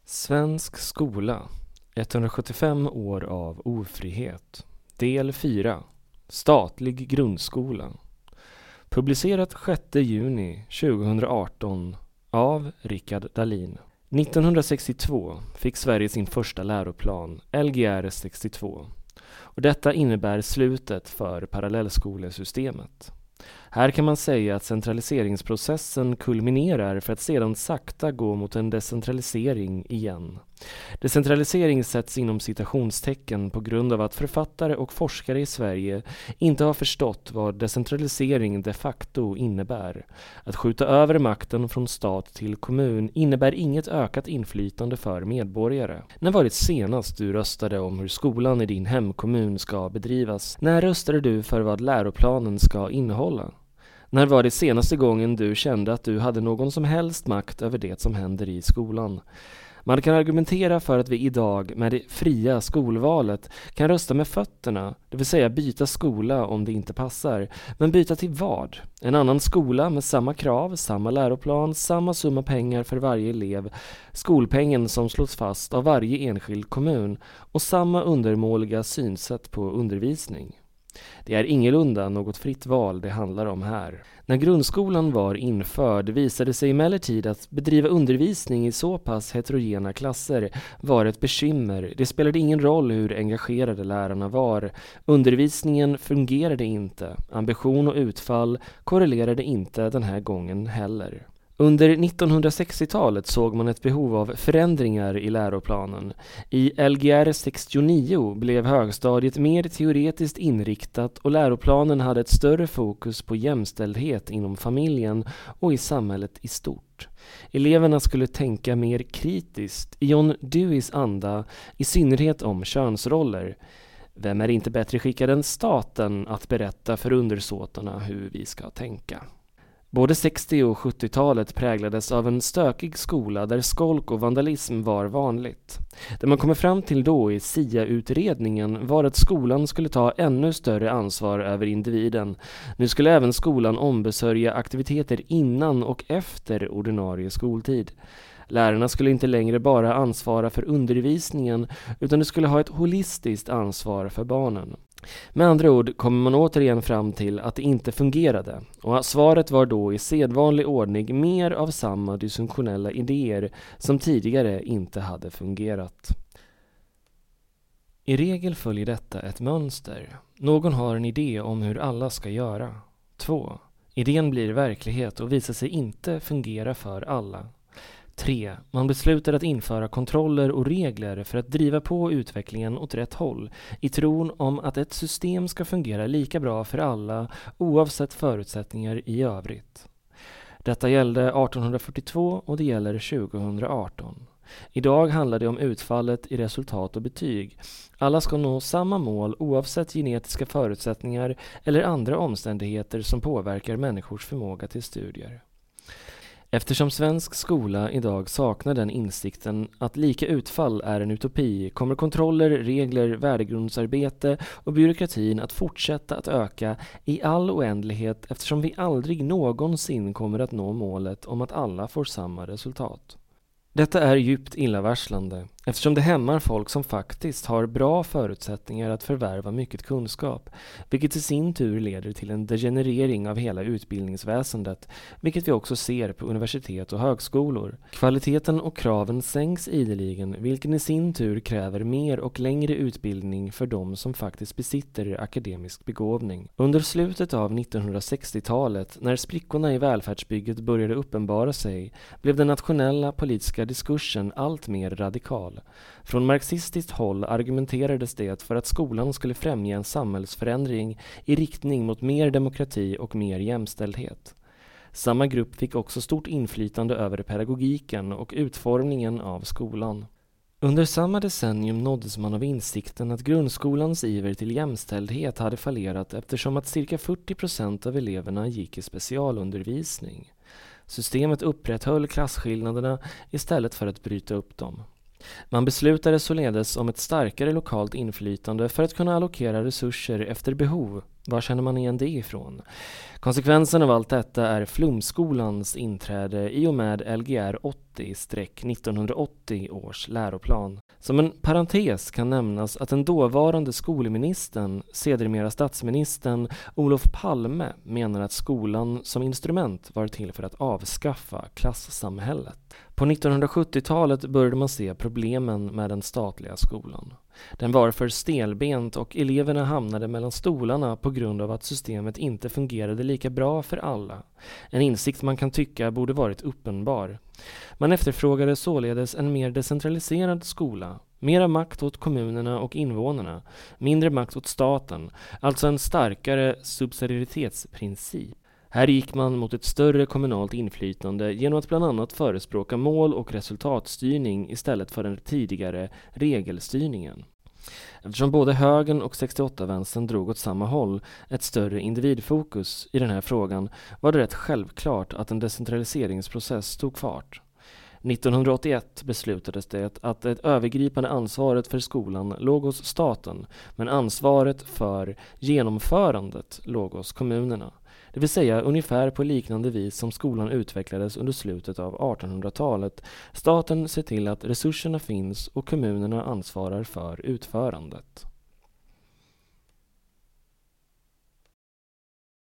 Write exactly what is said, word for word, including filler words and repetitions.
Svensk skola, etthundrasjuttiofem år av ofrihet. Del fyra. Statlig grundskola. Publicerat sjätte juni tjugohundraarton av Rickard Dahlin. nittonhundrasextiotvå fick Sverige sin första läroplan, L G R sextiotvå. Och detta innebär slutet för parallellskolesystemet. Här kan man säga att centraliseringsprocessen kulminerar för att sedan sakta gå mot en decentralisering igen. Decentralisering sätts inom citationstecken på grund av att författare och forskare i Sverige inte har förstått vad decentralisering de facto innebär. Att skjuta över makten från stat till kommun innebär inget ökat inflytande för medborgare. När var det senast du röstade om hur skolan i din hemkommun ska bedrivas? När röstade du för vad läroplanen ska innehålla? När var det senaste gången du kände att du hade någon som helst makt över det som händer i skolan? Man kan argumentera för att vi idag med det fria skolvalet kan rösta med fötterna, det vill säga byta skola om det inte passar. Men byta till vad? En annan skola med samma krav, samma läroplan, samma summa pengar för varje elev, skolpengen som slås fast av varje enskild kommun och samma undermåliga synsätt på undervisning. Det är ingalunda något fritt val det handlar om här. När grundskolan var införd visade sig emellertid att bedriva undervisning i så pass heterogena klasser var ett bekymmer. Det spelade ingen roll hur engagerade lärarna var. Undervisningen fungerade inte. Ambition och utfall korrelerade inte den här gången heller. Under nittonhundrasextiotalet såg man ett behov av förändringar i läroplanen. I L G R sextionio blev högstadiet mer teoretiskt inriktat och läroplanen hade ett större fokus på jämställdhet inom familjen och i samhället i stort. Eleverna skulle tänka mer kritiskt, i John Deweys anda, i synnerhet om könsroller. Vem är inte bättre skickad än staten att berätta för undersåtarna hur vi ska tänka? Både sextio- och sjuttiotalet präglades av en stökig skola där skolk och vandalism var vanligt. Det man kommer fram till då i S I A-utredningen var att skolan skulle ta ännu större ansvar över individen. Nu skulle även skolan ombesörja aktiviteter innan och efter ordinarie skoltid. Lärarna skulle inte längre bara ansvara för undervisningen utan de skulle ha ett holistiskt ansvar för barnen. Med andra ord kommer man återigen fram till att det inte fungerade och svaret var då i sedvanlig ordning mer av samma dysfunktionella idéer som tidigare inte hade fungerat. I regel följer detta ett mönster. Någon har en idé om hur alla ska göra. två. Idén blir verklighet och visar sig inte fungera för alla. tre. Man beslutar att införa kontroller och regler för att driva på utvecklingen åt rätt håll i tron om att ett system ska fungera lika bra för alla oavsett förutsättningar i övrigt. Detta gällde artonhundrafyrtiotvå och det gäller tjugohundraarton. Idag handlar det om utfallet i resultat och betyg. Alla ska nå samma mål oavsett genetiska förutsättningar eller andra omständigheter som påverkar människors förmåga till studier. Eftersom svensk skola idag saknar den insikten att lika utfall är en utopi kommer kontroller, regler, värdegrundsarbete och byråkratin att fortsätta att öka i all oändlighet eftersom vi aldrig någonsin kommer att nå målet om att alla får samma resultat. Detta är djupt illavarslande eftersom det hämmar folk som faktiskt har bra förutsättningar att förvärva mycket kunskap, vilket i sin tur leder till en degenerering av hela utbildningsväsendet, vilket vi också ser på universitet och högskolor. Kvaliteten och kraven sänks ideligen, vilket i sin tur kräver mer och längre utbildning för de som faktiskt besitter akademisk begåvning. Under slutet av nittonhundrasextiotalet, när sprickorna i välfärdsbygget började uppenbara sig, blev den nationella politiska diskursen allt mer radikal. Från marxistiskt håll argumenterades det för att skolan skulle främja en samhällsförändring i riktning mot mer demokrati och mer jämställdhet. Samma grupp fick också stort inflytande över pedagogiken och utformningen av skolan. Under samma decennium nåddes man av insikten att grundskolans iver till jämställdhet hade fallerat eftersom att cirka fyrtio procent av eleverna gick i specialundervisning. Systemet upprätthöll klasskillnaderna istället för att bryta upp dem. Man beslutade således om ett starkare lokalt inflytande för att kunna allokera resurser efter behov. Var känner man igen det ifrån? Konsekvensen av allt detta är flumskolans inträde i och med L G R åttio nittonhundraåttio års läroplan. Som en parentes kan nämnas att den dåvarande skolministern, sedermera statsministern Olof Palme, menar att skolan som instrument var till för att avskaffa klassamhället. På nittonhundrasjuttiotalet började man se problemen med den statliga skolan. Den var för stelbent och eleverna hamnade mellan stolarna på grund av att systemet inte fungerade lika bra för alla. En insikt man kan tycka borde varit uppenbar. Man efterfrågade således en mer decentraliserad skola, mera makt åt kommunerna och invånarna, mindre makt åt staten, alltså en starkare subsidiaritetsprincip. Här gick man mot ett större kommunalt inflytande genom att bland annat förespråka mål- och resultatstyrning istället för den tidigare regelstyrningen. Eftersom både högern och sextioåtta-vänstern drog åt samma håll, ett större individfokus i den här frågan, var det rätt självklart att en decentraliseringsprocess tog fart. nittonhundraåttioett beslutades det att det övergripande ansvaret för skolan låg hos staten, men ansvaret för genomförandet låg hos kommunerna. Det vill säga ungefär på liknande vis som skolan utvecklades under slutet av artonhundratalet. Staten ser till att resurserna finns och kommunerna ansvarar för utförandet.